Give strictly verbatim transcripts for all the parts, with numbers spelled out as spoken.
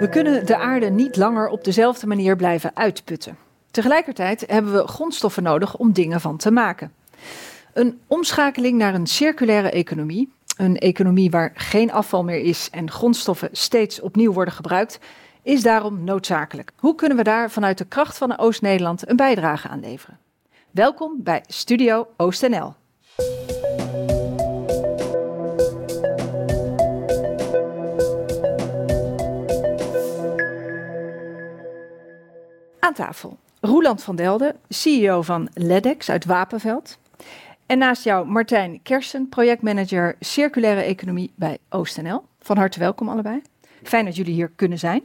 We kunnen de aarde niet langer op dezelfde manier blijven uitputten. Tegelijkertijd hebben we grondstoffen nodig om dingen van te maken. Een omschakeling naar een circulaire economie, een economie waar geen afval meer is en grondstoffen steeds opnieuw worden gebruikt, is daarom noodzakelijk. Hoe kunnen we daar vanuit de kracht van Oost-Nederland een bijdrage aan leveren? Welkom bij Studio OostNL. Aan tafel Roeland van Delden, C E O van Leddex uit Wapenveld. En naast jou Martijn Kersten, projectmanager circulaire economie bij OostNL. Van harte welkom allebei. Fijn dat jullie hier kunnen zijn.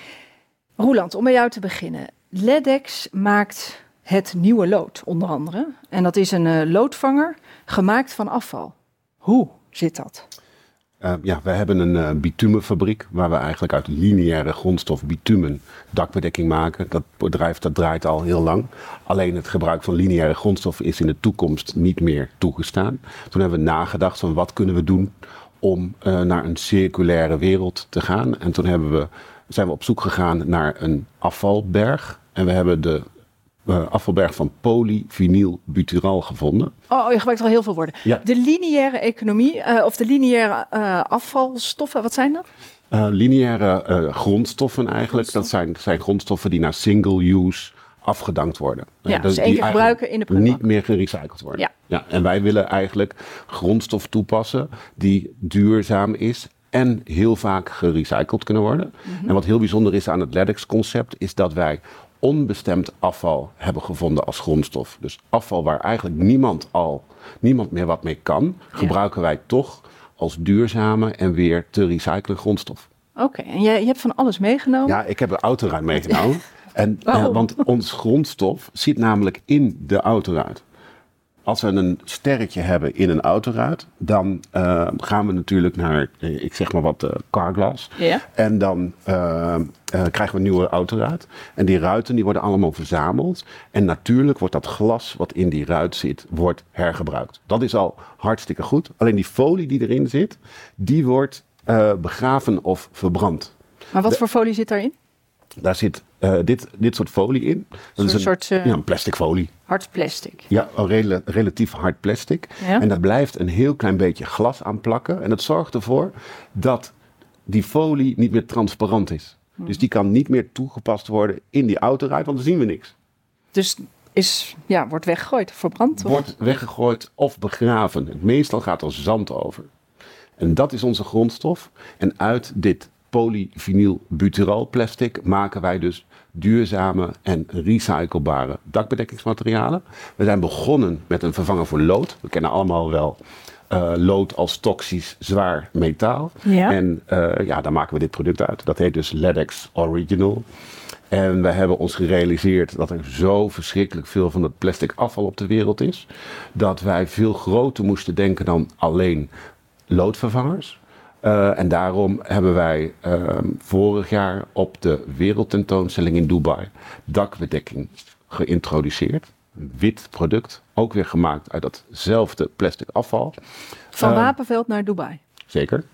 Roeland, om bij jou te beginnen. Leddex maakt het nieuwe lood, onder andere. En dat is een uh, loodvanger gemaakt van afval. Hoe zit dat? Uh, ja, we hebben een uh, bitumenfabriek waar we eigenlijk uit lineaire grondstof bitumen dakbedekking maken. Dat bedrijf dat draait al heel lang. Alleen het gebruik van lineaire grondstof is in de toekomst niet meer toegestaan. Toen hebben we nagedacht van wat kunnen we doen om uh, naar een circulaire wereld te gaan. En toen hebben we, zijn we op zoek gegaan naar een afvalberg. En we hebben de Uh, afvalberg van polyvinylbutyral gevonden. Oh, je gebruikt al heel veel woorden. Ja. De lineaire economie, uh, of de lineaire uh, afvalstoffen, wat zijn dat? Uh, lineaire uh, grondstoffen eigenlijk. Dat zijn, zijn grondstoffen die naar single-use afgedankt worden. Ja, dus één keer gebruiken in de prullenbak. Niet meer gerecycled worden. Ja. Ja, en wij willen eigenlijk grondstof toepassen die duurzaam is en heel vaak gerecycled kunnen worden. Mm-hmm. En wat heel bijzonder is aan het Leddex-concept is dat wij onbestemd afval hebben gevonden als grondstof. Dus afval waar eigenlijk niemand al, niemand meer wat mee kan, ja, gebruiken wij toch als duurzame en weer te recyclen grondstof. Oké, okay, en je, je hebt van alles meegenomen? Ja, ik heb de autoruit meegenomen. en, uh, want ons grondstof zit namelijk in de autoruit. Als we een sterretje hebben in een autoruit, dan uh, gaan we natuurlijk naar, ik zeg maar wat, uh, Carglass. Ja. En dan uh, uh, krijgen we een nieuwe autoruit. En die ruiten die worden allemaal verzameld. En natuurlijk wordt dat glas wat in die ruit zit, wordt hergebruikt. Dat is al hartstikke goed. Alleen die folie die erin zit, die wordt uh, begraven of verbrand. Maar wat De, voor folie zit daarin? Daar zit uh, dit, dit soort folie in. Dat is een soort uh, ja, een plastic folie. Hard plastic. Ja, een rela- relatief hard plastic. Ja. En daar blijft een heel klein beetje glas aan plakken. En dat zorgt ervoor dat die folie niet meer transparant is. Hmm. Dus die kan niet meer toegepast worden in die autoruit, want dan zien we niks. Dus is, ja, wordt weggegooid, verbrand? Of? Wordt weggegooid of begraven. Meestal gaat er zand over. En dat is onze grondstof. En uit dit polyvinylbutyral plastic maken wij dus duurzame en recyclebare dakbedekkingsmaterialen. We zijn begonnen met een vervanger voor lood. We kennen allemaal wel uh, lood als toxisch zwaar metaal. Ja. En uh, ja, daar maken we dit product uit. Dat heet dus Leddex Original. En we hebben ons gerealiseerd dat er zo verschrikkelijk veel van het plastic afval op de wereld is, dat wij veel groter moesten denken dan alleen loodvervangers. Uh, en daarom hebben wij uh, vorig jaar op de wereldtentoonstelling in Dubai dakbedekking geïntroduceerd. Een wit product, ook weer gemaakt uit datzelfde plastic afval. Van uh, Wapenveld naar Dubai. Zeker.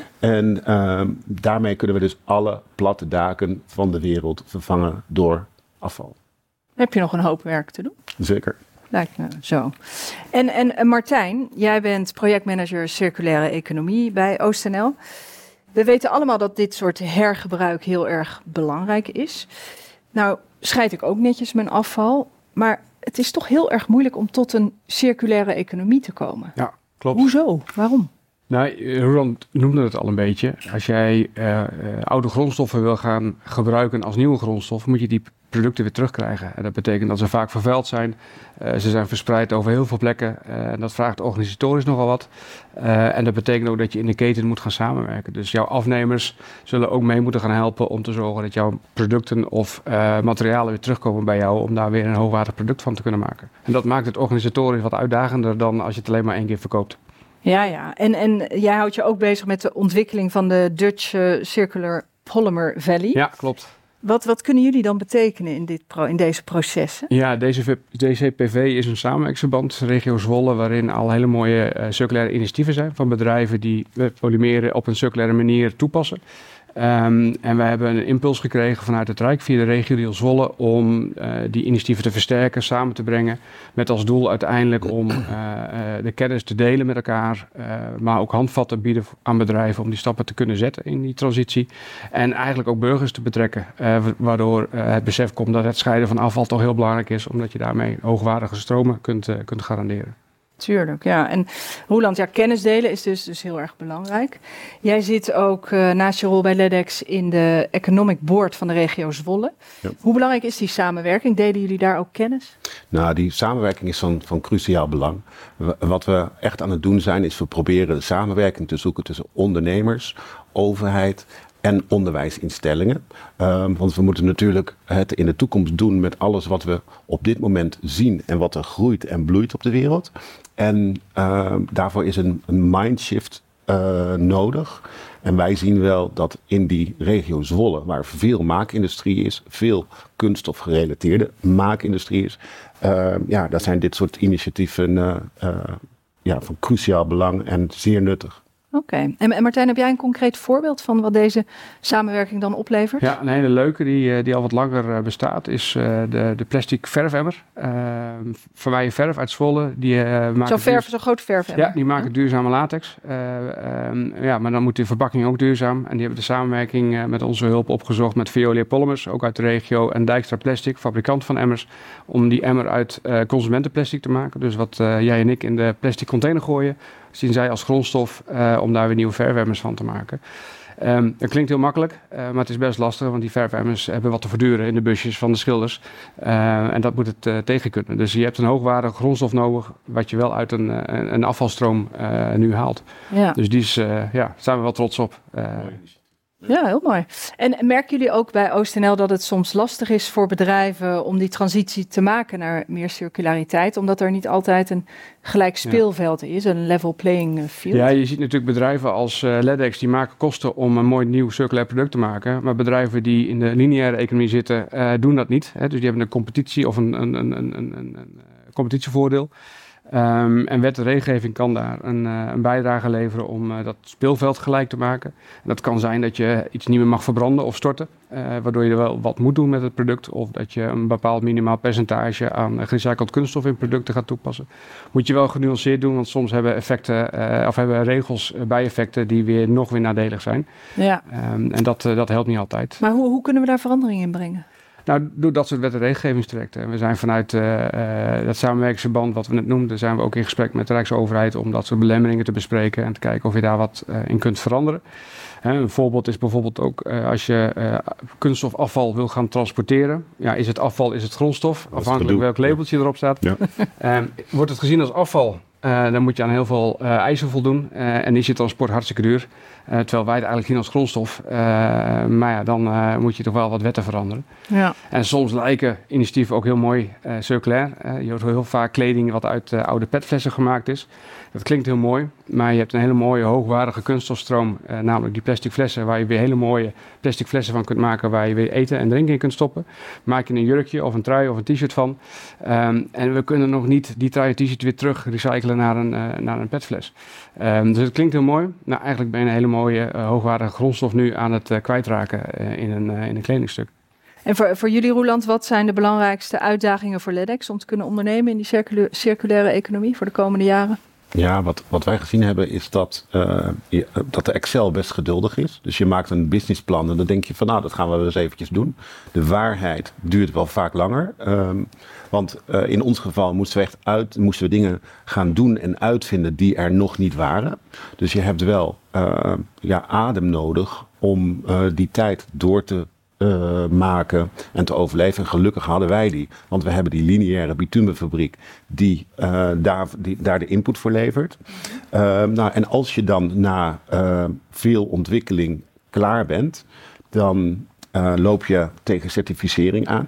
En uh, daarmee kunnen we dus alle platte daken van de wereld vervangen door afval. Heb je nog een hoop werk te doen? Zeker. Lijkt me zo. En, en, en Martijn, jij bent projectmanager circulaire economie bij OostNL. We weten allemaal dat dit soort hergebruik heel erg belangrijk is. Nou, scheid ik ook netjes mijn afval, maar het is toch heel erg moeilijk om tot een circulaire economie te komen. Ja, klopt. Hoezo? Waarom? Nou, Roland noemde het al een beetje. Als jij uh, uh, oude grondstoffen wil gaan gebruiken als nieuwe grondstoffen, moet je die producten weer terugkrijgen. En dat betekent dat ze vaak vervuild zijn. Uh, ze zijn verspreid over heel veel plekken. Uh, en dat vraagt organisatorisch nogal wat. Uh, en dat betekent ook dat je in de keten moet gaan samenwerken. Dus jouw afnemers zullen ook mee moeten gaan helpen om te zorgen dat jouw producten of uh, materialen weer terugkomen bij jou, om daar weer een hoogwaardig product van te kunnen maken. En dat maakt het organisatorisch wat uitdagender dan als je het alleen maar één keer verkoopt. Ja, ja. En, en jij houdt je ook bezig met de ontwikkeling van de Dutch uh, Circular Polymer Valley. Ja, klopt. Wat, wat kunnen jullie dan betekenen in, dit pro, in deze processen? Ja, deze D C P V is een samenwerkingsverband, regio Zwolle, waarin al hele mooie uh, circulaire initiatieven zijn van bedrijven die uh, polymeren op een circulaire manier toepassen. Um, en we hebben een impuls gekregen vanuit het Rijk via de regio Zwolle om uh, die initiatieven te versterken, samen te brengen. Met als doel uiteindelijk om uh, uh, de kennis te delen met elkaar. Uh, maar ook handvatten bieden aan bedrijven om die stappen te kunnen zetten in die transitie. En eigenlijk ook burgers te betrekken. Uh, waardoor uh, het besef komt dat het scheiden van afval toch heel belangrijk is. Omdat je daarmee hoogwaardige stromen kunt, uh, kunt garanderen. Tuurlijk, ja. En Roeland, ja, kennis delen is dus, dus heel erg belangrijk. Jij zit ook uh, naast je rol bij LEDEX in de Economic Board van de regio Zwolle. Ja. Hoe belangrijk is die samenwerking? Delen jullie daar ook kennis? Nou, die samenwerking is van, van cruciaal belang. Wat we echt aan het doen zijn, is we proberen de samenwerking te zoeken tussen ondernemers, overheid en onderwijsinstellingen. Um, want we moeten natuurlijk het in de toekomst doen met alles wat we op dit moment zien en wat er groeit en bloeit op de wereld. En uh, daarvoor is een, een mindshift uh, nodig. En wij zien wel dat in die regio Zwolle, waar veel maakindustrie is, veel kunststofgerelateerde maakindustrie is, uh, ja, daar zijn dit soort initiatieven uh, uh, ja, van cruciaal belang en zeer nuttig. Oké. Okay. En, en Martijn, heb jij een concreet voorbeeld van wat deze samenwerking dan oplevert? Ja, een hele leuke die, die al wat langer bestaat is uh, de, de plastic verfemmer. Uh, van mij verf uit Zwolle. Die, uh, maken zo'n verf, zo'n groot verfemmer? Ja, die maken ja. duurzame latex. Uh, um, ja, maar dan moet de verpakking ook duurzaam. En die hebben de samenwerking uh, met onze hulp opgezocht met Veolia Polymers, ook uit de regio. En Dijkstra Plastic, fabrikant van emmers. Om die emmer uit uh, consumentenplastic te maken. Dus wat uh, jij en ik in de plastic container gooien, zien zij als grondstof uh, om daar weer nieuwe verfemmers van te maken. Um, dat klinkt heel makkelijk, uh, maar het is best lastig, want die verfemmers hebben wat te verduren in de busjes van de schilders. Uh, en dat moet het uh, tegen kunnen. Dus je hebt een hoogwaardige grondstof nodig, wat je wel uit een, een, een afvalstroom uh, nu haalt. Ja. Dus die is, uh, ja, zijn we wel trots op. Uh, Ja, heel mooi. En merken jullie ook bij OostNL dat het soms lastig is voor bedrijven om die transitie te maken naar meer circulariteit, omdat er niet altijd een gelijk speelveld is, een level playing field? Ja, je ziet natuurlijk bedrijven als uh, LEDEX, die maken kosten om een mooi nieuw circulair product te maken, maar bedrijven die in de lineaire economie zitten, uh, doen dat niet. Hè? Dus die hebben een competitie of een, een, een, een, een, een competitievoordeel. Um, en wet en regelgeving kan daar een, uh, een bijdrage leveren om uh, dat speelveld gelijk te maken. En dat kan zijn dat je iets niet meer mag verbranden of storten, uh, waardoor je er wel wat moet doen met het product. Of dat je een bepaald minimaal percentage aan gerecycled kunststof in producten gaat toepassen. Moet je wel genuanceerd doen, want soms hebben effecten uh, of hebben regels uh, bijeffecten die weer nog weer nadelig zijn. Ja. Um, en dat, uh, dat helpt niet altijd. Maar hoe, hoe kunnen we daar verandering in brengen? Nou, door dat soort wet- en regelgevingstrajecten. We zijn vanuit uh, uh, dat samenwerkingsverband wat we net noemden, zijn we ook in gesprek met de Rijksoverheid om dat soort belemmeringen te bespreken en te kijken of je daar wat uh, in kunt veranderen. Uh, een voorbeeld is bijvoorbeeld ook uh, als je uh, kunststofafval wil gaan transporteren. Ja, is het afval, is het grondstof? Afhankelijk welk labeltje erop staat. Ja. Uh, wordt het gezien als afval? Uh, dan moet je aan heel veel uh, eisen voldoen uh, en is je transport hartstikke duur. Uh, terwijl wij het eigenlijk zien als grondstof. Uh, maar ja, dan uh, moet je toch wel wat wetten veranderen. Ja. En soms lijken initiatieven ook heel mooi uh, circulair. Uh, je hoort heel vaak kleding wat uit uh, oude petflessen gemaakt is. Dat klinkt heel mooi, maar je hebt een hele mooie hoogwaardige kunststofstroom. Uh, namelijk die plastic flessen waar je weer hele mooie plastic flessen van kunt maken. Waar je weer eten en drinken in kunt stoppen. Maak je een jurkje of een trui of een t-shirt van. Um, en we kunnen nog niet die trui en t-shirt weer terug recyclen naar een, uh, naar een petfles. Um, dus het klinkt heel mooi. Nou, eigenlijk ben je een hele mooie uh, hoogwaardige grondstof nu aan het uh, kwijtraken uh, in, een, uh, in een kledingstuk. En voor, voor jullie, Roeland, wat zijn de belangrijkste uitdagingen voor LEDEX om te kunnen ondernemen in die circula- circulaire economie voor de komende jaren? Ja, wat, wat wij gezien hebben is dat, uh, je, dat de Excel best geduldig is. Dus je maakt een businessplan en dan denk je van nou, dat gaan we wel eens eventjes doen. De waarheid duurt wel vaak langer. Um, want uh, in ons geval moesten we echt uit, moesten we dingen gaan doen en uitvinden die er nog niet waren. Dus je hebt wel uh, ja, adem nodig om uh, die tijd door te Uh, maken en te overleven. En gelukkig hadden wij die. Want we hebben die lineaire bitumenfabriek die, uh, daar, die daar de input voor levert. Uh, nou, en als je dan na uh, veel ontwikkeling klaar bent, dan uh, loop je tegen certificering aan.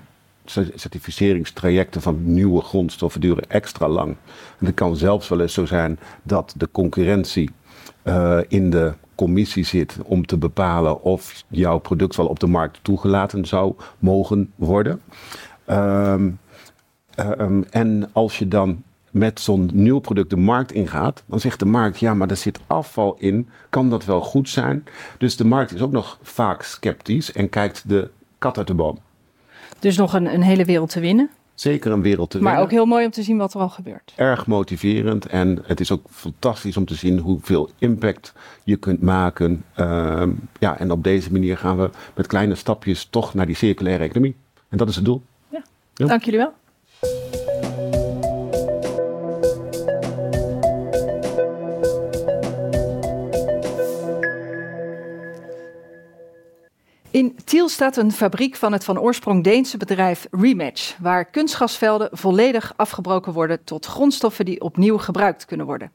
Certificeringstrajecten van nieuwe grondstoffen duren extra lang. En het kan zelfs wel eens zo zijn dat de concurrentie uh, in de commissie zit om te bepalen of jouw product wel op de markt toegelaten zou mogen worden. Um, um, en als je dan met zo'n nieuw product de markt ingaat, dan zegt de markt, ja, maar er zit afval in. Kan dat wel goed zijn? Dus de markt is ook nog vaak sceptisch en kijkt de kat uit de boom. Dus nog een, een hele wereld te winnen. Zeker een wereld te maar winnen. Maar ook heel mooi om te zien wat er al gebeurt. Erg motiverend en het is ook fantastisch om te zien hoeveel impact je kunt maken. Uh, ja, en op deze manier gaan we met kleine stapjes toch naar die circulaire economie. En dat is het doel. Ja. Ja. Dank jullie wel. In Tiel staat een fabriek van het van oorsprong Deense bedrijf Rematch, waar kunstgrasvelden volledig afgebroken worden tot grondstoffen die opnieuw gebruikt kunnen worden.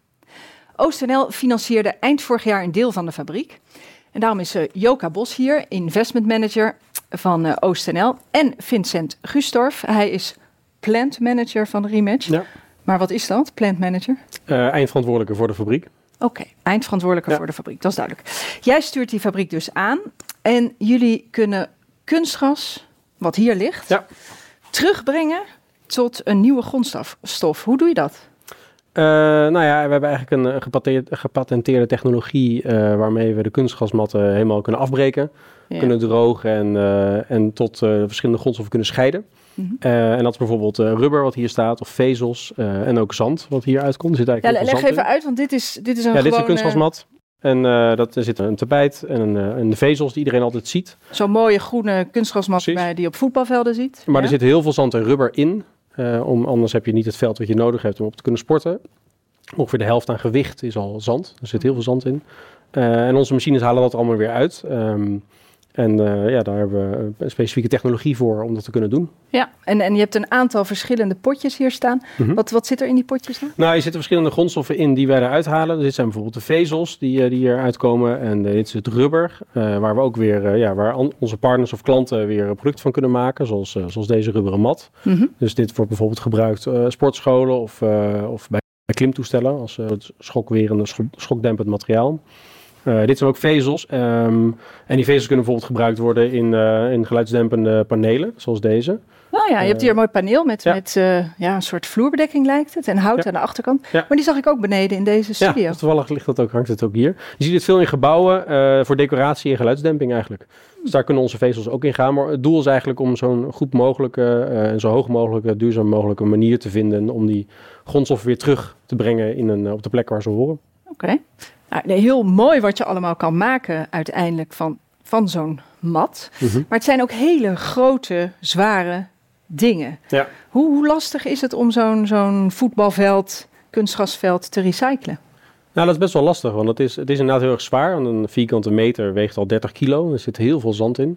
OostNL financierde eind vorig jaar een deel van de fabriek. En daarom is uh, Joka Bos hier, investment manager van uh, OostNL, en Vincent Gustorf. Hij is plant manager van Rematch. Ja. Maar wat is dat, plant manager? Uh, eindverantwoordelijke voor de fabriek. Oké, okay, eindverantwoordelijke ja. voor de fabriek, dat is duidelijk. Jij stuurt die fabriek dus aan en jullie kunnen kunstgras, wat hier ligt, ja. terugbrengen tot een nieuwe grondstof. Hoe doe je dat? Uh, nou ja, we hebben eigenlijk een gepatenteerde, gepatenteerde technologie uh, waarmee we de kunstgrasmatten helemaal kunnen afbreken, ja. kunnen drogen en, uh, en tot uh, verschillende grondstoffen kunnen scheiden. Mm-hmm. Uh, en dat is bijvoorbeeld uh, rubber wat hier staat, of vezels uh, en ook zand wat hier uitkomt. Er zit eigenlijk ja, heel leg veel even zand uit, want dit is, dit is een ja, gewone... dit is een kunstgrasmat. En uh, dat, er zit een tapijt en, een, uh, en de vezels die iedereen altijd ziet. Zo'n mooie groene kunstgrasmat bij, die je op voetbalvelden ziet. Maar ja. er zit heel veel zand en rubber in. Uh, om, anders heb je niet het veld wat je nodig hebt om op te kunnen sporten. Ongeveer de helft aan gewicht is al zand. Er zit heel veel zand in. Uh, en onze machines halen dat er allemaal weer uit. Um, en uh, ja, daar hebben we een specifieke technologie voor om dat te kunnen doen. Ja, en, en je hebt een aantal verschillende potjes hier staan. Mm-hmm. Wat, wat zit er in die potjes dan? Nou, er zitten verschillende grondstoffen in die wij eruit halen. Dit zijn bijvoorbeeld de vezels die, uh, die eruit komen. En uh, dit is het rubber, uh, waar we ook weer, uh, ja, waar an- onze partners of klanten weer een product van kunnen maken. Zoals, uh, zoals deze rubberen mat. Mm-hmm. Dus dit wordt bijvoorbeeld gebruikt uh, sportscholen of, uh, of bij klimtoestellen als uh, schokwerende, schok, schokdempend materiaal. Uh, dit zijn ook vezels. Um, en die vezels kunnen bijvoorbeeld gebruikt worden in, uh, in geluidsdempende panelen, zoals deze. Nou ja, je hebt hier een mooi paneel met, ja. met uh, ja, een soort vloerbedekking lijkt het. En hout ja. aan de achterkant. Ja. Maar die zag ik ook beneden in deze studio. Ja, toevallig ligt dat ook, hangt het ook hier. Je ziet het veel in gebouwen uh, voor decoratie en geluidsdemping eigenlijk. Dus daar kunnen onze vezels ook in gaan. Maar het doel is eigenlijk om zo'n goed mogelijke uh, en zo hoog mogelijke, duurzaam mogelijke manier te vinden om die grondstoffen weer terug te brengen in een, op de plek waar ze horen. Oké. Okay. Nou, nee, heel mooi wat je allemaal kan maken uiteindelijk van, van zo'n mat. Mm-hmm. Maar het zijn ook hele grote, zware dingen. Ja. Hoe, hoe lastig is het om zo'n, zo'n voetbalveld, kunstgrasveld te recyclen? Nou, dat is best wel lastig, want het is, het is inderdaad heel erg zwaar. Want een vierkante meter weegt al dertig kilo. Er zit heel veel zand in.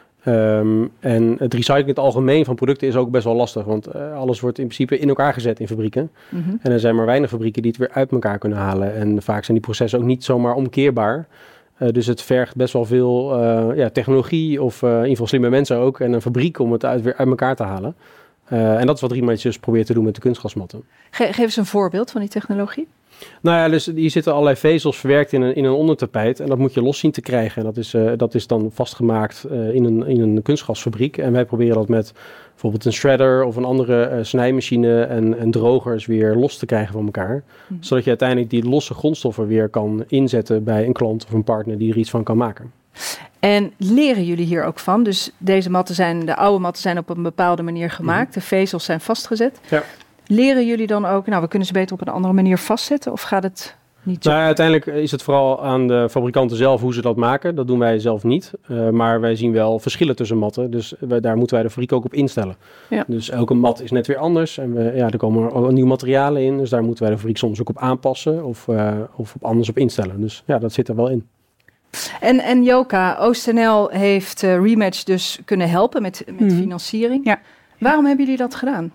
Um, en het recyclen in het algemeen van producten is ook best wel lastig. Want uh, alles wordt in principe in elkaar gezet in fabrieken. Mm-hmm. En er zijn maar weinig fabrieken die het weer uit elkaar kunnen halen. En vaak zijn die processen ook niet zomaar omkeerbaar. Uh, dus het vergt best wel veel uh, ja, technologie of uh, in ieder geval slimme mensen ook. En een fabriek om het uit, weer uit elkaar te halen. Uh, en dat is wat Rematch dus probeert te doen met de kunstgrasmatten. Ge- geef eens een voorbeeld van die technologie. Nou ja, dus hier zitten allerlei vezels verwerkt in een, in een ondertapijt. En dat moet je los zien te krijgen. En dat is, uh, dat is dan vastgemaakt uh, in, een, in een kunstgrasfabriek. En wij proberen dat met bijvoorbeeld een shredder of een andere uh, snijmachine en, en drogers weer los te krijgen van elkaar. Mm. Zodat je uiteindelijk die losse grondstoffen weer kan inzetten bij een klant of een partner die er iets van kan maken. En leren jullie hier ook van? Dus deze matten zijn, de oude matten zijn op een bepaalde manier gemaakt. Mm. De vezels zijn vastgezet. Ja. Leren jullie dan ook, nou, we kunnen ze beter op een andere manier vastzetten? Of gaat het niet zo? Nou, uiteindelijk is het vooral aan de fabrikanten zelf hoe ze dat maken. Dat doen wij zelf niet. Uh, maar wij zien wel verschillen tussen matten. Dus wij, daar moeten wij de fabriek ook op instellen. Ja. Dus elke mat is net weer anders. En we, ja, er komen ook nieuwe materialen in. Dus daar moeten wij de fabriek soms ook op aanpassen. Of, uh, of op anders op instellen. Dus ja, dat zit er wel in. En, en Joka, OostNL heeft uh, Rematch dus kunnen helpen met, met hmm. financiering. Ja. Waarom hebben jullie dat gedaan?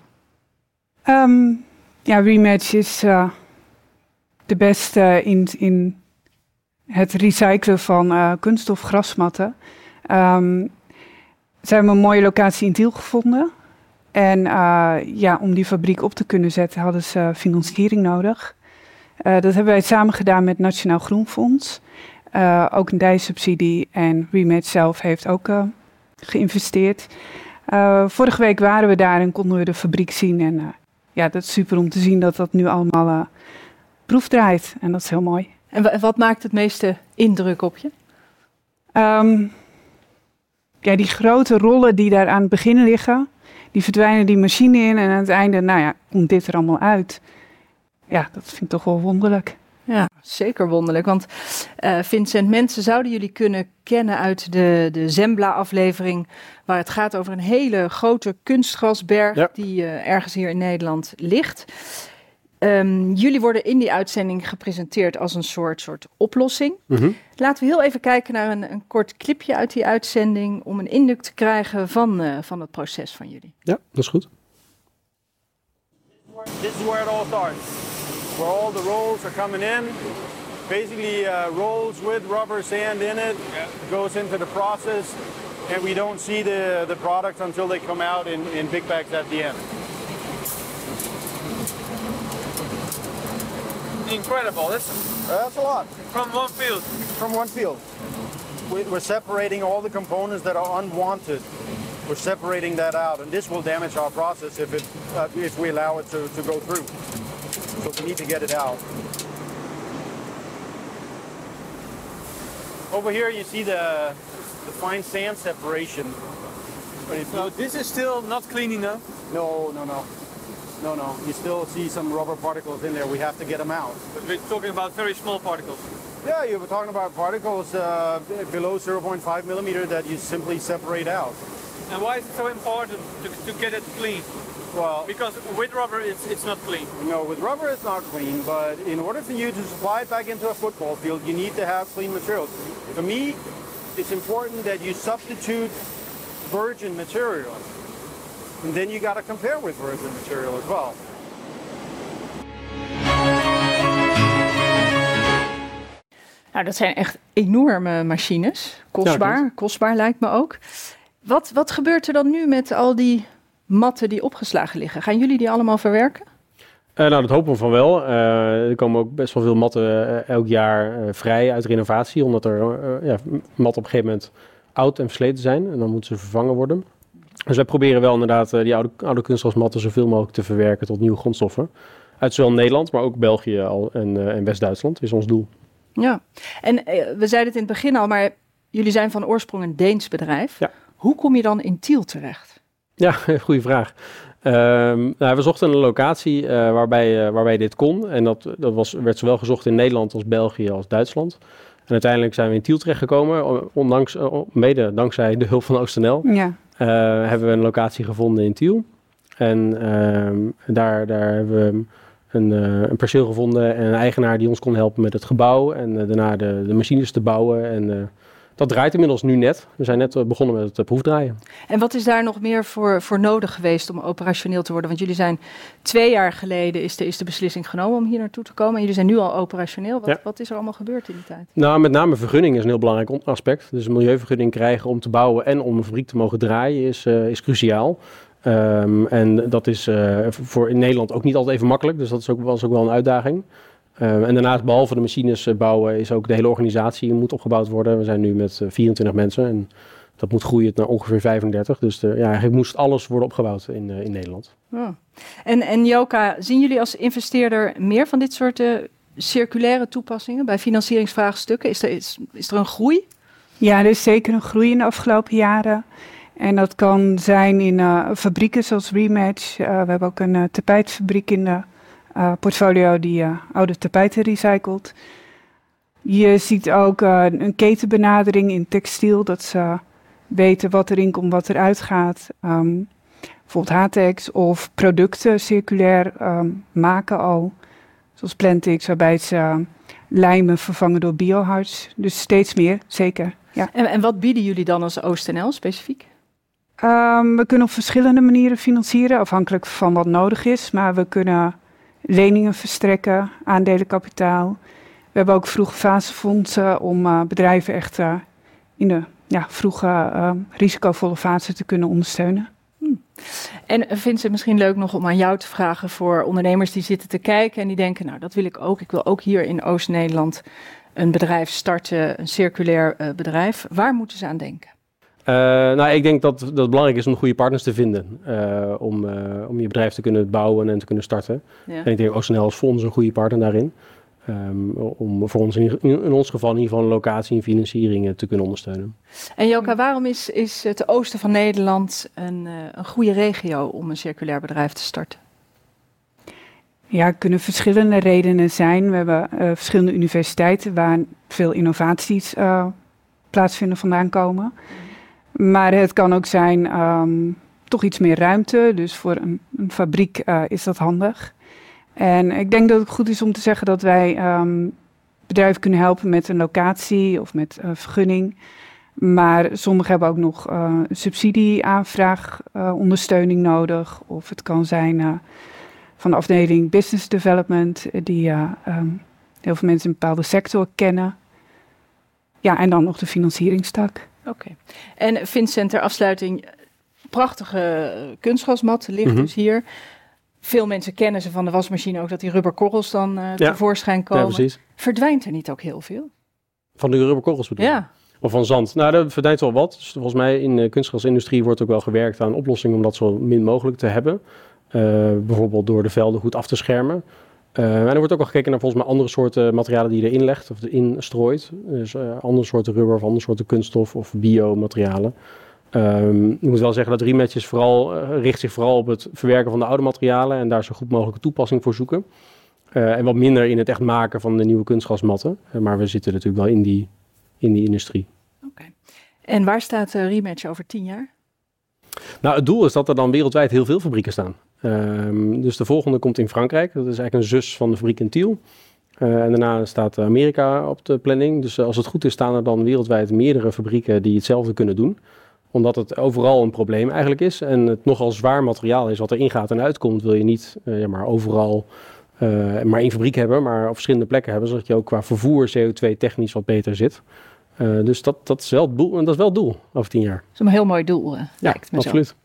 Um, ja, Rematch is uh, de beste in, in het recyclen van uh, kunststof grasmatten. Um, ze hebben een mooie locatie in Tiel gevonden. En uh, ja, om die fabriek op te kunnen zetten hadden ze financiering nodig. Uh, dat hebben wij samen gedaan met Nationaal Groenfonds. Uh, ook een dijsubsidie en Rematch zelf heeft ook uh, geïnvesteerd. Uh, vorige week waren we daar en konden we de fabriek zien. En uh, ja, dat is super om te zien dat dat nu allemaal uh, proefdraait. En dat is heel mooi. En w- wat maakt het meeste indruk op je? Um, ja, die grote rollen die daar aan het begin liggen, die verdwijnen die machine in en aan het einde, nou ja, komt dit er allemaal uit. Ja, dat vind ik toch wel wonderlijk. Ja, zeker wonderlijk. Want uh, Vincent, mensen zouden jullie kunnen kennen uit de, de Zembla-aflevering, waar het gaat over een hele grote kunstgrasberg ja. die uh, ergens hier in Nederland ligt. Um, jullie worden in die uitzending gepresenteerd als een soort, soort oplossing. Mm-hmm. Laten we heel even kijken naar een, een kort clipje uit die uitzending om een indruk te krijgen van, uh, van het proces van jullie. Ja, dat is goed. This is where it all starts. Where all the rolls are coming in. Basically uh, rolls with rubber sand in it. Yeah. Goes into the process. And we don't see the, the product until they come out in, in big bags at the end. Incredible. That's, uh, that's a lot. From one field. From one field. We, we're separating all the components that are unwanted. We're separating that out, and this will damage our process if it uh, if we allow it to, to go through. So we need to get it out. Over here you see the the fine sand separation. So this is still not clean enough? No, no, no. No, no. You still see some rubber particles in there. We have to get them out. But we're talking about very small particles. Yeah, you were talking about particles uh, below zero point five millimeter that you simply separate out. And why is it so important to, to get it clean? Well, because with rubber it's, it's not clean. No, with rubber it's not clean, but in order for you to supply it back into a football field, you need to have clean materials. For me, it's important that you substitute virgin material. And then you got to compare with virgin material as well. Nou, dat zijn echt enorme machines. Kostbaar, ja, kostbaar lijkt me ook. Wat, wat gebeurt er dan nu met al die matten die opgeslagen liggen? Gaan jullie die allemaal verwerken? Uh, nou, dat hopen we van wel. Uh, er komen ook best wel veel matten uh, elk jaar uh, vrij uit renovatie, omdat er uh, ja, matten op een gegeven moment oud en versleten zijn en dan moeten ze vervangen worden. Dus wij proberen wel inderdaad uh, die oude, oude kunstgrasmatten zoveel mogelijk te verwerken tot nieuwe grondstoffen. Uit zowel Nederland, maar ook België al en, uh, en West-Duitsland is ons doel. Ja, en uh, we zeiden het in het begin al, maar jullie zijn van oorsprong een Deens bedrijf. Ja. Hoe kom je dan in Tiel terecht? Ja, goede vraag. Um, nou, we zochten een locatie uh, waarbij, uh, waarbij dit kon. En dat, dat was, werd zowel gezocht in Nederland als België als Duitsland. En uiteindelijk zijn we in Tiel terechtgekomen, ondanks, uh, mede dankzij de hulp van OostNL. Ja. Uh, hebben we een locatie gevonden in Tiel. En uh, daar, daar hebben we een, uh, een perceel gevonden en een eigenaar die ons kon helpen met het gebouw. En uh, daarna de, de machines te bouwen. En uh, dat draait inmiddels nu net. We zijn net uh, begonnen met het uh, proefdraaien. En wat is daar nog meer voor, voor nodig geweest om operationeel te worden? Want jullie zijn twee jaar geleden is de, is de beslissing genomen om hier naartoe te komen. En jullie zijn nu al operationeel. Wat, ja. wat is er allemaal gebeurd in die tijd? Nou, met name vergunning is een heel belangrijk aspect. Dus een milieuvergunning krijgen om te bouwen en om een fabriek te mogen draaien is, uh, is cruciaal. Um, en dat is uh, voor in Nederland ook niet altijd even makkelijk. Dus dat is ook, was ook wel een uitdaging. Um, en daarnaast, behalve de machines bouwen, is ook de hele organisatie moet opgebouwd worden. We zijn nu met uh, vierentwintig mensen en dat moet groeien naar ongeveer vijfendertig. Dus de, ja, eigenlijk moest alles worden opgebouwd in, uh, in Nederland. Oh. En, en Joka, zien jullie als investeerder meer van dit soort uh, circulaire toepassingen bij financieringsvraagstukken? Is er, is, is er een groei? Ja, er is zeker een groei in de afgelopen jaren. En dat kan zijn in uh, fabrieken zoals Rematch. Uh, we hebben ook een uh, tapijtfabriek in de uh, portfolio die uh, oude tapijten recycelt. Je ziet ook uh, een ketenbenadering in textiel. Dat ze weten wat erin komt, wat eruit gaat. Um, bijvoorbeeld Hatex of producten circulair um, maken al. Zoals Plantix, waarbij ze uh, lijmen vervangen door biohards. Dus steeds meer, zeker. Ja. En, en wat bieden jullie dan als OostNL specifiek? Um, we kunnen op verschillende manieren financieren, afhankelijk van wat nodig is. Maar we kunnen leningen verstrekken, aandelenkapitaal. We hebben ook vroege fasefondsen om uh, bedrijven echt uh, in de ja, vroege uh, risicovolle fase te kunnen ondersteunen. Hmm. En vindt het misschien leuk nog om aan jou te vragen voor ondernemers die zitten te kijken en die denken, nou dat wil ik ook. Ik wil ook hier in Oost-Nederland een bedrijf starten, een circulair uh, bedrijf. Waar moeten ze aan denken? Uh, nou, ik denk dat, dat het belangrijk is om goede partners te vinden. Uh, om, uh, om je bedrijf te kunnen bouwen en te kunnen starten. Ja. En ik denk OostNL is voor ons een goede partner daarin. Um, om voor ons in, in ons geval in ieder geval een locatie en financiering uh, te kunnen ondersteunen. En Jelka, waarom is, is het oosten van Nederland een, uh, een goede regio om een circulair bedrijf te starten? Ja, er kunnen verschillende redenen zijn. We hebben uh, verschillende universiteiten waar veel innovaties uh, plaatsvinden vandaan komen. Maar het kan ook zijn um, toch iets meer ruimte. Dus voor een, een fabriek uh, is dat handig. En ik denk dat het goed is om te zeggen dat wij um, bedrijven kunnen helpen met een locatie of met uh, vergunning. Maar sommigen hebben ook nog uh, subsidieaanvraag, uh, ondersteuning nodig. Of het kan zijn uh, van de afdeling Business Development, die uh, um, heel veel mensen in een bepaalde sector kennen. Ja, en dan nog de financieringstak. Oké. Okay. En Vincent, ter afsluiting, prachtige kunstgrasmat ligt mm-hmm. dus hier. Veel mensen kennen ze van de wasmachine ook, dat die rubberkorrels dan uh, ja. tevoorschijn komen. Ja, precies. Verdwijnt er niet ook heel veel? Van de rubberkorrels bedoel je? Ja. Of van zand? Nou, er verdwijnt wel wat. Dus volgens mij in de kunstgrasindustrie wordt ook wel gewerkt aan oplossingen om dat zo min mogelijk te hebben. Uh, bijvoorbeeld door de velden goed af te schermen. Uh, en er wordt ook al gekeken naar volgens mij andere soorten materialen die je erin legt of erin strooit. Dus uh, andere soorten rubber of andere soorten kunststof of biomaterialen. Um, ik moet wel zeggen dat Rematches vooral uh, richt zich vooral op het verwerken van de oude materialen en daar zo goed mogelijke toepassing voor zoeken. Uh, en wat minder in het echt maken van de nieuwe kunstgrasmatten. Uh, maar we zitten natuurlijk wel in die, in die industrie. Oké. Okay. En waar staat uh, Rematch over tien jaar? Nou, het doel is dat er dan wereldwijd heel veel fabrieken staan. Um, dus de volgende komt in Frankrijk. Dat is eigenlijk een zus van de fabriek in Tiel. Uh, en daarna staat Amerika op de planning. Dus uh, als het goed is staan er dan wereldwijd meerdere fabrieken die hetzelfde kunnen doen. Omdat het overal een probleem eigenlijk is. En het nogal zwaar materiaal is wat er ingaat en uitkomt. Wil je niet uh, ja, maar overal uh, maar één fabriek hebben, maar op verschillende plekken hebben. Zodat je ook qua vervoer C O twee technisch wat beter zit. Uh, dus dat, dat, is wel het doel, dat is wel het doel over tien jaar. Dat is een heel mooi doel. Uh, ja, absoluut. Zo.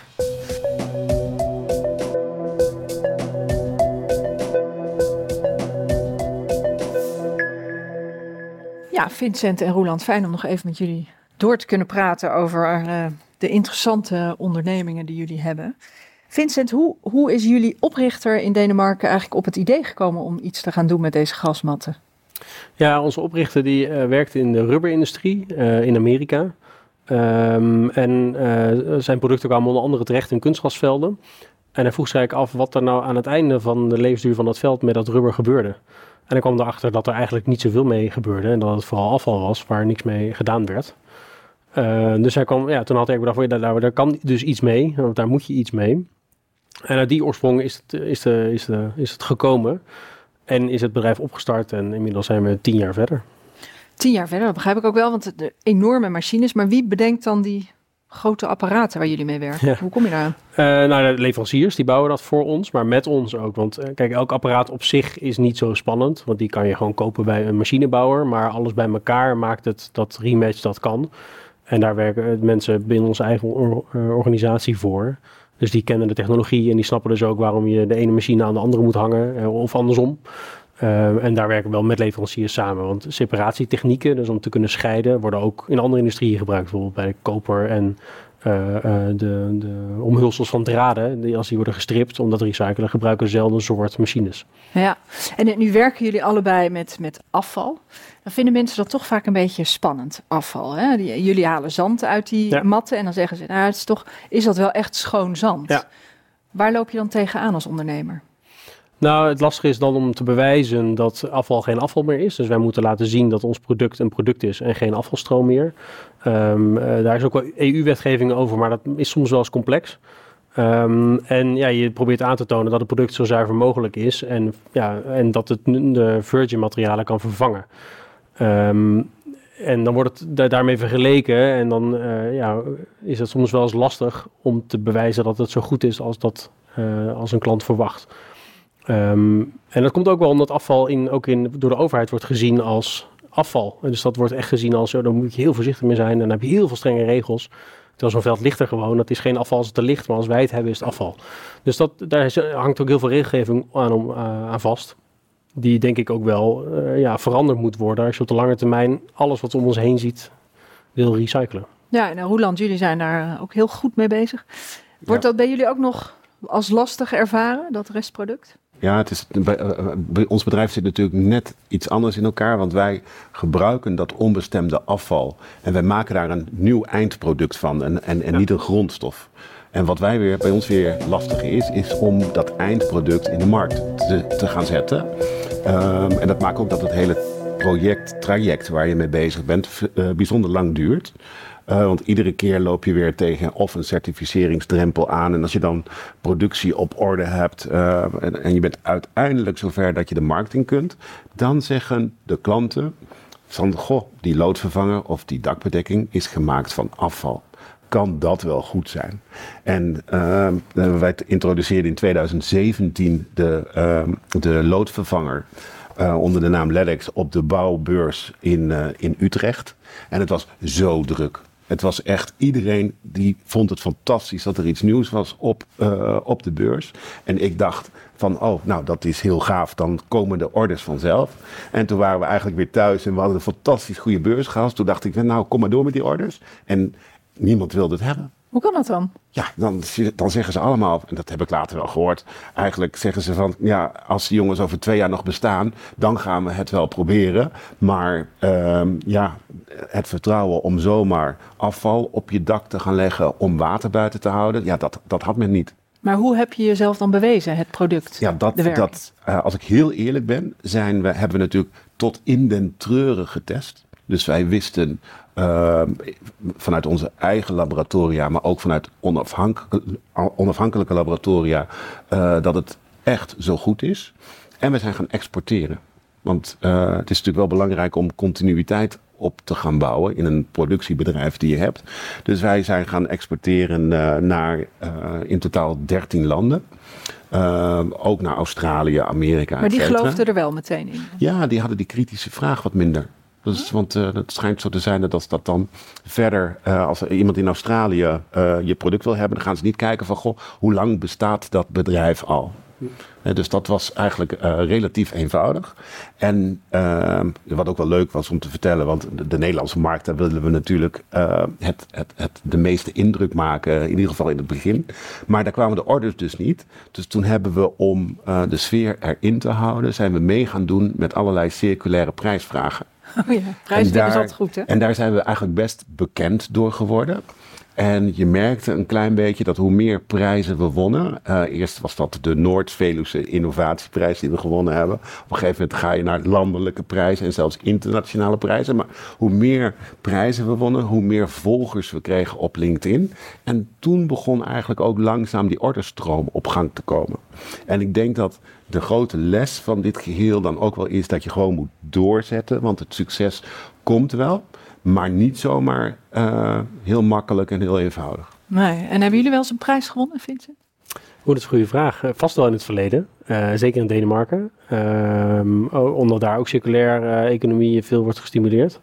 Ja, Vincent en Roeland, fijn om nog even met jullie door te kunnen praten over uh, de interessante ondernemingen die jullie hebben. Vincent, hoe, hoe is jullie oprichter in Denemarken eigenlijk op het idee gekomen om iets te gaan doen met deze grasmatten? Ja, onze oprichter die uh, werkte in de rubberindustrie uh, in Amerika. Um, en uh, zijn producten kwamen onder andere terecht in kunstgrasvelden. En hij vroeg zich eigenlijk af wat er nou aan het einde van de levensduur van dat veld met dat rubber gebeurde. En hij kwam erachter dat er eigenlijk niet zoveel mee gebeurde. En dat het vooral afval was waar niks mee gedaan werd. Uh, dus hij kwam, ja, toen had hij bedacht, daar, daar, daar kan dus iets mee. Want daar moet je iets mee. En uit die oorsprong is het, is de, is de, is het gekomen. En is het bedrijf opgestart en inmiddels zijn we tien jaar verder. Tien jaar verder, dat begrijp ik ook wel, want de enorme machines. Maar wie bedenkt dan die grote apparaten waar jullie mee werken? Ja. Hoe kom je daar aan? Uh, nou, de leveranciers die bouwen dat voor ons, maar met ons ook. Want uh, kijk, elk apparaat op zich is niet zo spannend. Want die kan je gewoon kopen bij een machinebouwer. Maar alles bij elkaar maakt het dat Rematch dat kan. En daar werken mensen binnen onze eigen or- organisatie voor. Dus die kennen de technologie en die snappen dus ook waarom je de ene machine aan de andere moet hangen. Uh, of andersom. Uh, en daar werken we wel met leveranciers samen. Want separatietechnieken, dus om te kunnen scheiden, worden ook in andere industrieën gebruikt. Bijvoorbeeld bij de koper en uh, uh, de, de omhulsels van draden. Die, als die worden gestript om dat te recyclen, gebruiken zelden een soort machines. Ja, en nu werken jullie allebei met, met afval. Dan vinden mensen dat toch vaak een beetje spannend, afval. Hè? Die, jullie halen zand uit die ja. matten en dan zeggen ze, nou, het is, toch, is dat wel echt schoon zand? Ja. Waar loop je dan tegenaan als ondernemer? Nou, het lastige is dan om te bewijzen dat afval geen afval meer is. Dus wij moeten laten zien dat ons product een product is en geen afvalstroom meer. Um, uh, daar is ook wel E U-wetgeving over, maar dat is soms wel eens complex. Um, en ja, je probeert aan te tonen dat het product zo zuiver mogelijk is en, ja, en dat het de virgin materialen kan vervangen. Um, en dan wordt het da- daarmee vergeleken en dan uh, ja, is het soms wel eens lastig om te bewijzen dat het zo goed is als, dat, uh, als een klant verwacht. Um, en dat komt ook wel omdat afval in, ook in, door de overheid wordt gezien als afval. En dus dat wordt echt gezien als, oh, daar moet je heel voorzichtig mee zijn. En dan heb je heel veel strenge regels. Terwijl zo'n veld ligt er gewoon. Dat is geen afval als het er ligt, maar als wij het hebben is het afval. Dus dat, daar is, hangt ook heel veel regelgeving aan, om, uh, aan vast. Die denk ik ook wel uh, ja, veranderd moet worden als je op de lange termijn alles wat om ons heen ziet wil recyclen. Ja, en Roeland, jullie zijn daar ook heel goed mee bezig. Wordt Ja. dat bij jullie ook nog als lastig ervaren, dat restproduct? Ja, het is, bij, uh, bij ons bedrijf zit natuurlijk net iets anders in elkaar. Want wij gebruiken dat onbestemde afval. En wij maken daar een nieuw eindproduct van. En, en, en Ja. niet een grondstof. En wat wij weer, bij ons weer lastig is, is om dat eindproduct in de markt te, te gaan zetten. Um, en dat maakt ook dat het hele project, traject waar je mee bezig bent, uh, bijzonder lang duurt. Uh, want iedere keer loop je weer tegen of een certificeringsdrempel aan. En als je dan productie op orde hebt uh, en, en je bent uiteindelijk zover dat je de markt in kunt, dan zeggen de klanten van, goh, die loodvervanger of die dakbedekking is gemaakt van afval. Kan dat wel goed zijn? En uh, wij introduceerden in tweeduizend zeventien de, uh, de loodvervanger uh, onder de naam LEDEX op de bouwbeurs in, uh, in Utrecht. En het was zo druk. Het was echt, iedereen die vond het fantastisch dat er iets nieuws was op, uh, op de beurs. En ik dacht van, oh, nou dat is heel gaaf, dan komen de orders vanzelf. En toen waren we eigenlijk weer thuis en we hadden een fantastisch goede beurs gehad. Toen dacht ik, nou kom maar door met die orders. En niemand wilde het hebben. Hoe kan dat dan? Ja, dan, dan zeggen ze allemaal, en dat heb ik later wel gehoord, eigenlijk zeggen ze van, ja, als die jongens over twee jaar nog bestaan, dan gaan we het wel proberen. Maar uh, ja, het vertrouwen om zomaar afval op je dak te gaan leggen, om water buiten te houden, ja, dat, dat had men niet. Maar hoe heb je jezelf dan bewezen, het product? Ja, dat, de werking? dat uh, als ik heel eerlijk ben, zijn we, hebben we natuurlijk tot in den treuren getest. Dus wij wisten uh, vanuit onze eigen laboratoria, maar ook vanuit onafhankelijke, onafhankelijke laboratoria, uh, dat het echt zo goed is. En we zijn gaan exporteren. Want uh, het is natuurlijk wel belangrijk om continuïteit op te gaan bouwen in een productiebedrijf die je hebt. Dus wij zijn gaan exporteren uh, naar uh, in totaal dertien landen. Uh, ook naar Australië, Amerika. Maar die et cetera. geloofden er wel meteen in? Ja, die hadden die kritische vraag wat minder. Dus, want uh, het schijnt zo te zijn dat als dat dan verder, uh, als er iemand in Australië uh, je product wil hebben, dan gaan ze niet kijken van, goh, hoe lang bestaat dat bedrijf al? Uh, dus dat was eigenlijk uh, relatief eenvoudig. En uh, wat ook wel leuk was om te vertellen, want de, de Nederlandse markt, daar willen we natuurlijk uh, het, het, het, de meeste indruk maken, in ieder geval in het begin. Maar daar kwamen de orders dus niet. Dus toen hebben we, om uh, de sfeer erin te houden, zijn we mee gaan doen met allerlei circulaire prijsvragen. Oh ja, prijsdruk is altijd goed, hè? En daar zijn we eigenlijk best bekend door geworden. En je merkte een klein beetje dat hoe meer prijzen we wonnen. Uh, eerst was dat de Noord-Veluwse innovatieprijs die we gewonnen hebben. Op een gegeven moment ga je naar landelijke prijzen en zelfs internationale prijzen. Maar hoe meer prijzen we wonnen, hoe meer volgers we kregen op LinkedIn. En toen begon eigenlijk ook langzaam die orderstroom op gang te komen. En ik denk dat de grote les van dit geheel dan ook wel is dat je gewoon moet doorzetten. Want het succes komt wel. Maar niet zomaar uh, heel makkelijk en heel eenvoudig. Nee. En hebben jullie wel eens een prijs gewonnen, Vincent? Oh, dat is een goede vraag. Uh, vast wel in het verleden. Uh, zeker in Denemarken. Um, omdat daar ook circulair uh, economie veel wordt gestimuleerd.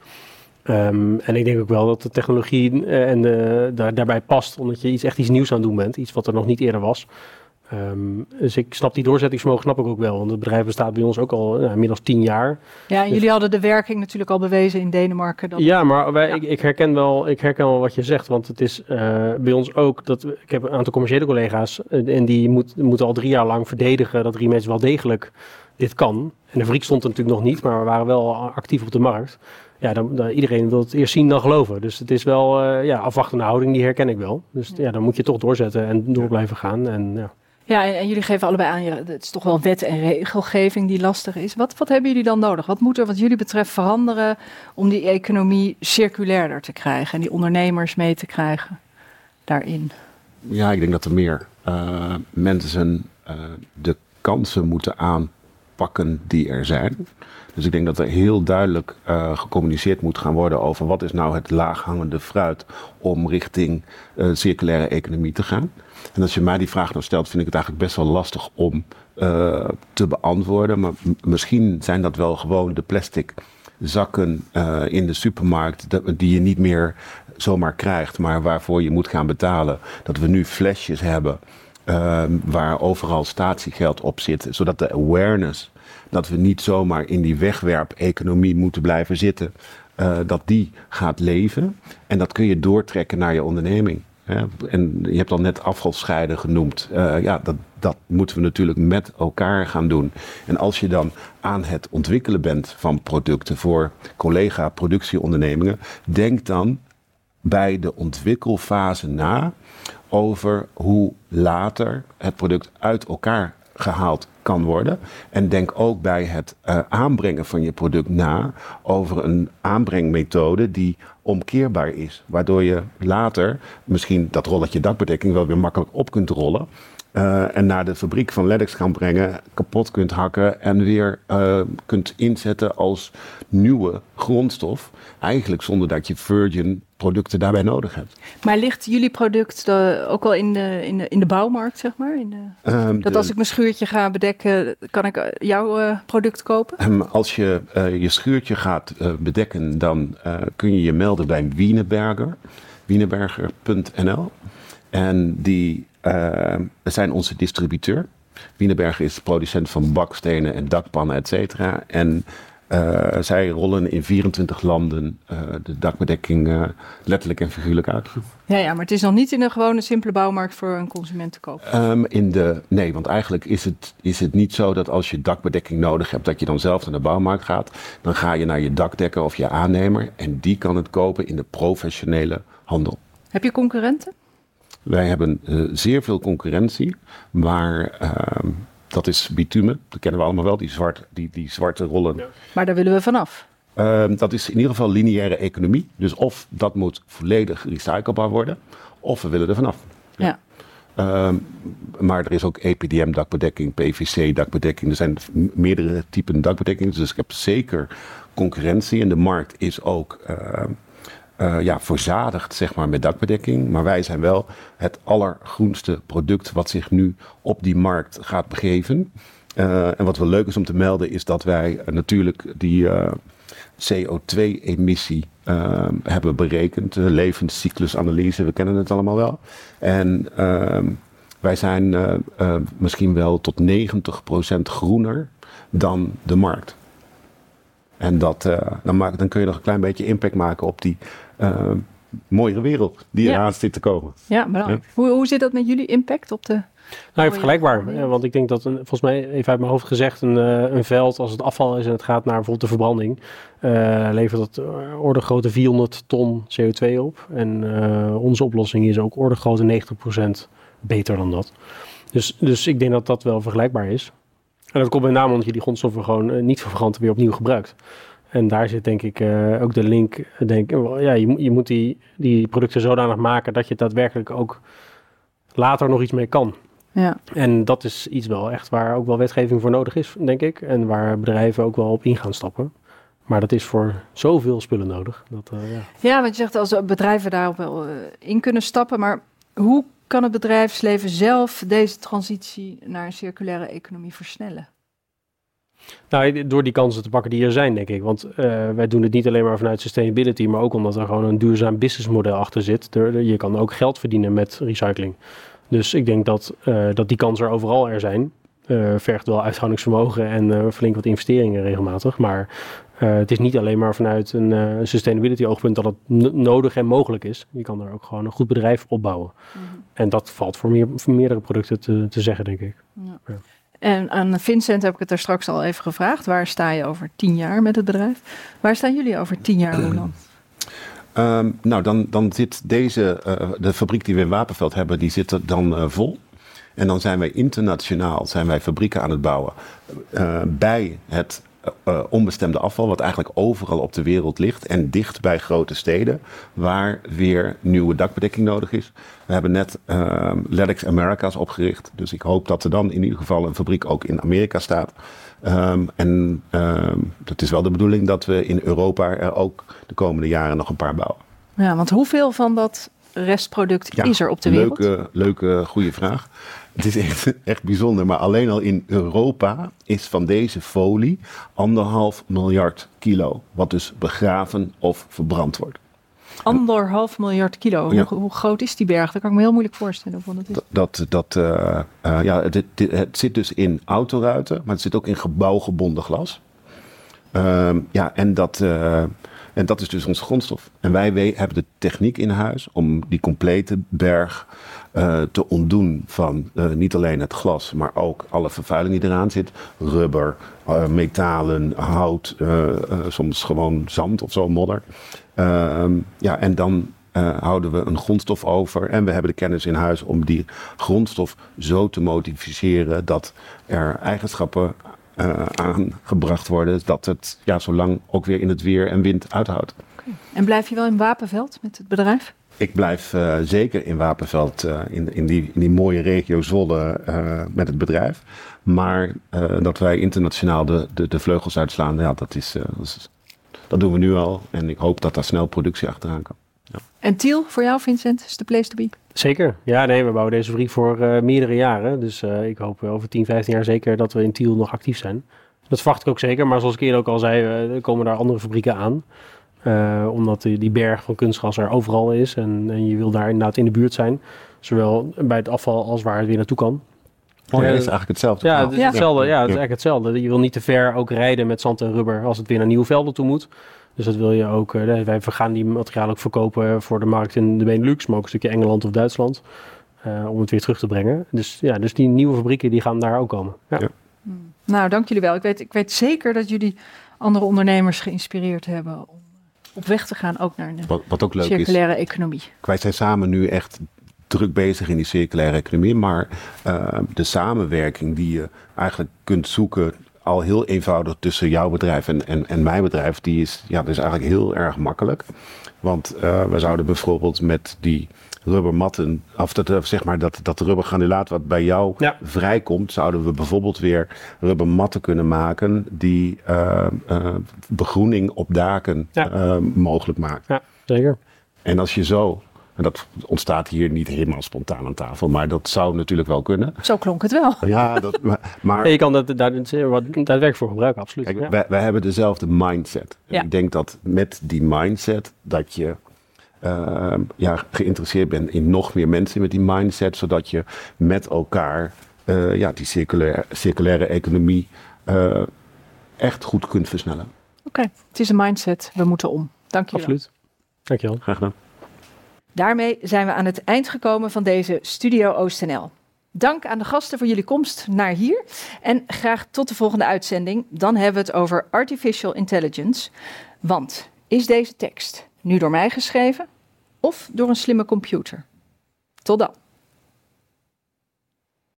Um, en ik denk ook wel dat de technologie uh, en de, daar, daarbij past. Omdat je iets, echt iets nieuws aan het doen bent. Iets wat er nog niet eerder was. Um, dus ik snap die doorzettingsvermogen snap ik ook wel. Want het bedrijf bestaat bij ons ook al uh, inmiddels tien jaar. Ja, en Dus- jullie hadden de werking natuurlijk al bewezen in Denemarken. Dat... Ja, maar wij, Ja. Ik, ik, herken wel, ik herken wel wat je zegt. Want het is uh, bij ons ook, dat we- ik heb een aantal commerciële collega's. uh, en die moet, moeten al drie jaar lang verdedigen dat Rematch wel degelijk dit kan. En de fabriek stond er natuurlijk nog niet, maar we waren wel actief op de markt. Ja, dan, dan, iedereen wil het eerst zien dan geloven. Dus het is wel uh, ja, afwachtende houding, die herken ik wel. Dus ja, dan moet je toch doorzetten en door blijven gaan. En, ja. Ja, en, en jullie geven allebei aan, ja, het is toch wel wet en regelgeving die lastig is. Wat, wat hebben jullie dan nodig? Wat moet er wat jullie betreft veranderen om die economie circulairder te krijgen en die ondernemers mee te krijgen daarin? Ja, ik denk dat er meer uh, mensen uh, de kansen moeten aanpakken die er zijn. Dus ik denk dat er heel duidelijk uh, gecommuniceerd moet gaan worden over wat is nou het laaghangende fruit om richting uh, circulaire economie te gaan. En als je mij die vraag nou stelt, vind ik het eigenlijk best wel lastig om uh, te beantwoorden. Maar m- misschien zijn dat wel gewoon de plastic zakken uh, in de supermarkt de, die je niet meer zomaar krijgt, maar waarvoor je moet gaan betalen. Dat we nu flesjes hebben uh, waar overal statiegeld op zit, zodat de awareness dat we niet zomaar in die wegwerp-economie moeten blijven zitten, uh, dat die gaat leven. En dat kun je doortrekken naar je onderneming. Hè? En je hebt al net afvalscheiden genoemd. Uh, ja, dat, dat moeten we natuurlijk met elkaar gaan doen. En als je dan aan het ontwikkelen bent van producten voor collega-productieondernemingen, denk dan bij de ontwikkelfase na over hoe later het product uit elkaar gehaald kan worden. En denk ook bij het uh, aanbrengen van je product na over een aanbrengmethode die omkeerbaar is. Waardoor je later misschien dat rolletje dakbedekking wel weer makkelijk op kunt rollen. Uh, en naar de fabriek van Leddex gaan brengen, kapot kunt hakken en weer uh, kunt inzetten als nieuwe grondstof. Eigenlijk zonder dat je virgin producten daarbij nodig hebt. Maar ligt jullie product de, ook al in de, in, de, in de bouwmarkt, zeg maar? In de, um, dat de, als ik mijn schuurtje ga bedekken, kan ik jouw uh, product kopen? Um, als je uh, je schuurtje gaat uh, bedekken, dan uh, kun je je melden bij Wienerberger, wienerberger punt n l. En die uh, zijn onze distributeur. Wienerberger is producent van bakstenen en dakpannen, et cetera. En uh, zij rollen in vierentwintig landen uh, de dakbedekking uh, letterlijk en figuurlijk uit. Ja, ja, maar het is nog niet in een gewone simpele bouwmarkt voor een consument te kopen. Um, in de, nee, want eigenlijk is het, is het niet zo dat als je dakbedekking nodig hebt, dat je dan zelf naar de bouwmarkt gaat. Dan ga je naar je dakdekker of je aannemer en die kan het kopen in de professionele handel. Heb je concurrenten? Wij hebben uh, zeer veel concurrentie, maar uh, dat is bitumen. Dat kennen we allemaal wel, die, zwart, die, die zwarte rollen. Ja. Maar daar willen we vanaf. Uh, dat is in ieder geval lineaire economie. Dus of dat moet volledig recyclebaar worden, of we willen er vanaf. Ja. Uh, maar er is ook E P D M-dakbedekking, P V C-dakbedekking. Er zijn meerdere typen dakbedekkingen. Dus ik heb zeker concurrentie. En de markt is ook Uh, Uh, ja, verzadigd zeg maar, met dakbedekking. Maar wij zijn wel het allergroenste product wat zich nu op die markt gaat begeven. Uh, en wat wel leuk is om te melden is dat wij uh, natuurlijk die uh, C O twee emissie uh, hebben berekend. De levenscyclusanalyse, we kennen het allemaal wel. En uh, wij zijn uh, uh, misschien wel tot negentig procent groener dan de markt. En dat, uh, dan, maak, dan kun je nog een klein beetje impact maken op die uh, mooiere wereld die ja. eraan zit te komen. Ja, belangrijk. Ja. Hoe, hoe zit dat met jullie impact op de... Nou, vergelijkbaar. Ja, want ik denk dat, een, volgens mij, even uit mijn hoofd gezegd, een, uh, een veld, als het afval is en het gaat naar bijvoorbeeld de verbranding, uh, levert dat uh, orde grootte vierhonderd ton C O twee op. En uh, onze oplossing is ook orde grootte negentig procent beter dan dat. Dus, dus ik denk dat dat wel vergelijkbaar is. En dat komt met name omdat je die grondstoffen gewoon uh, niet verbranden weer opnieuw gebruikt. En daar zit denk ik uh, ook de link. Denk, ja, je, je moet die, die producten zodanig maken dat je daadwerkelijk ook later nog iets mee kan. Ja. En dat is iets wel echt waar ook wel wetgeving voor nodig is, denk ik. En waar bedrijven ook wel op in gaan stappen. Maar dat is voor zoveel spullen nodig. Dat, uh, ja. ja, want je zegt als bedrijven daarop wel uh, in kunnen stappen. Maar hoe kan het bedrijfsleven zelf deze transitie naar een circulaire economie versnellen? Nou, door die kansen te pakken die er zijn, denk ik. Want uh, wij doen het niet alleen maar vanuit sustainability, maar ook omdat er gewoon een duurzaam businessmodel achter zit. Er, je kan ook geld verdienen met recycling. Dus ik denk dat, uh, dat die kansen er overal er zijn. Uh, vergt wel uithoudingsvermogen en uh, flink wat investeringen regelmatig. Maar uh, het is niet alleen maar vanuit een uh, sustainability oogpunt dat het n- nodig en mogelijk is. Je kan er ook gewoon een goed bedrijf opbouwen. Mm-hmm. En dat valt voor, meer, voor meerdere producten te, te zeggen, denk ik. Ja. Ja. En aan Vincent heb ik het daar straks al even gevraagd. Waar sta je over tien jaar met het bedrijf? Waar staan jullie over tien jaar, Roland? Um, nou, dan, dan zit deze, uh, de fabriek die we in Wapenveld hebben, die zit er dan uh, vol. En dan zijn wij internationaal, zijn wij fabrieken aan het bouwen uh, bij het uh, onbestemde afval, wat eigenlijk overal op de wereld ligt en dicht bij grote steden, waar weer nieuwe dakbedekking nodig is. We hebben net uh, Leddex Americas opgericht, dus ik hoop dat er dan in ieder geval een fabriek ook in Amerika staat. Um, en um, het is wel de bedoeling dat we in Europa er ook de komende jaren nog een paar bouwen. Ja, want hoeveel van dat restproduct ja, is er op de wereld? Leuke, leuke, goede vraag. Het is echt, echt bijzonder, maar alleen al in Europa is van deze folie anderhalf miljard kilo, wat dus begraven of verbrand wordt. Anderhalf miljard kilo. Ja. Hoe, hoe groot is die berg? Dat kan ik me heel moeilijk voorstellen. Dat, is. dat, dat uh, uh, ja, het, het, het zit dus in autoruiten, maar het zit ook in gebouwgebonden glas. Uh, ja, en dat, uh, En dat is dus onze grondstof. En wij we- hebben de techniek in huis om die complete berg uh, te ontdoen van uh, niet alleen het glas, maar ook alle vervuiling die eraan zit. Rubber, uh, metalen, hout, uh, uh, soms gewoon zand of zo, modder. Uh, ja, en dan uh, houden we een grondstof over. En we hebben de kennis in huis om die grondstof zo te modificeren dat er eigenschappen Uh, aangebracht worden, dat het ja, zo lang ook weer in het weer en wind uithoudt. Okay. En blijf je wel in Wapenveld met het bedrijf? Ik blijf uh, zeker in Wapenveld, uh, in, in, die, in die mooie regio Zwolle uh, met het bedrijf. Maar uh, dat wij internationaal de, de, de vleugels uitslaan, ja, dat, is, uh, dat, is, dat doen we nu al. En ik hoop dat daar snel productie achteraan kan. Ja. En Tiel, voor jou Vincent, is the place to be? Zeker. Ja, nee, we bouwen deze fabriek voor uh, meerdere jaren. Dus uh, ik hoop over tien, vijftien jaar zeker dat we in Tiel nog actief zijn. Dat verwacht ik ook zeker. Maar zoals ik eerder ook al zei, uh, er komen daar andere fabrieken aan. Uh, omdat die, die berg van kunstgas er overal is. En, en je wil daar inderdaad in de buurt zijn. Zowel bij het afval als waar het weer naartoe kan. Oh, ja, dat is eigenlijk hetzelfde. Ja, het is ja. hetzelfde. Ja, het is eigenlijk hetzelfde. Je wil niet te ver ook rijden met zand en rubber als het weer naar nieuwe velden toe moet. Dus dat wil je ook. Uh, wij gaan die materialen ook verkopen voor de markt in de Benelux, maar ook een stukje Engeland of Duitsland. Uh, om het weer terug te brengen. Dus ja, dus die nieuwe fabrieken die gaan daar ook komen. Ja. Ja. Hmm. Nou, dank jullie wel. Ik weet, ik weet zeker dat jullie andere ondernemers geïnspireerd hebben om op weg te gaan ook naar een wat, wat ook leuk circulaire is, economie. Wij zijn samen nu echt druk bezig in die circulaire economie, maar uh, de samenwerking die je eigenlijk kunt zoeken al heel eenvoudig tussen jouw bedrijf en, en, en mijn bedrijf, die is, ja, dat is eigenlijk heel erg makkelijk. Want uh, we zouden bijvoorbeeld met die rubbermatten, of dat, zeg maar dat, dat rubbergranulaat wat bij jou ja. vrijkomt, zouden we bijvoorbeeld weer rubbermatten kunnen maken die uh, uh, begroening op daken ja. uh, mogelijk maakt. Ja, zeker. En als je zo, en dat ontstaat hier niet helemaal spontaan aan tafel, maar dat zou natuurlijk wel kunnen. Zo klonk het wel. Ja, dat, maar, maar en je kan dat daar wat daadwerkelijk voor gebruiken, absoluut. Kijk, ja. wij, wij hebben dezelfde mindset. Ja. Ik denk dat met die mindset dat je uh, ja, geïnteresseerd bent in nog meer mensen met die mindset, zodat je met elkaar uh, ja, die circulaire, circulaire economie uh, echt goed kunt versnellen. Oké, okay. Het is een mindset. We moeten om. Dank je wel. Absoluut. Dank je wel. Graag gedaan. Daarmee zijn we aan het eind gekomen van deze Studio OostNL. Dank aan de gasten voor jullie komst naar hier. En graag tot de volgende uitzending. Dan hebben we het over artificial intelligence. Want is deze tekst nu door mij geschreven of door een slimme computer? Tot dan.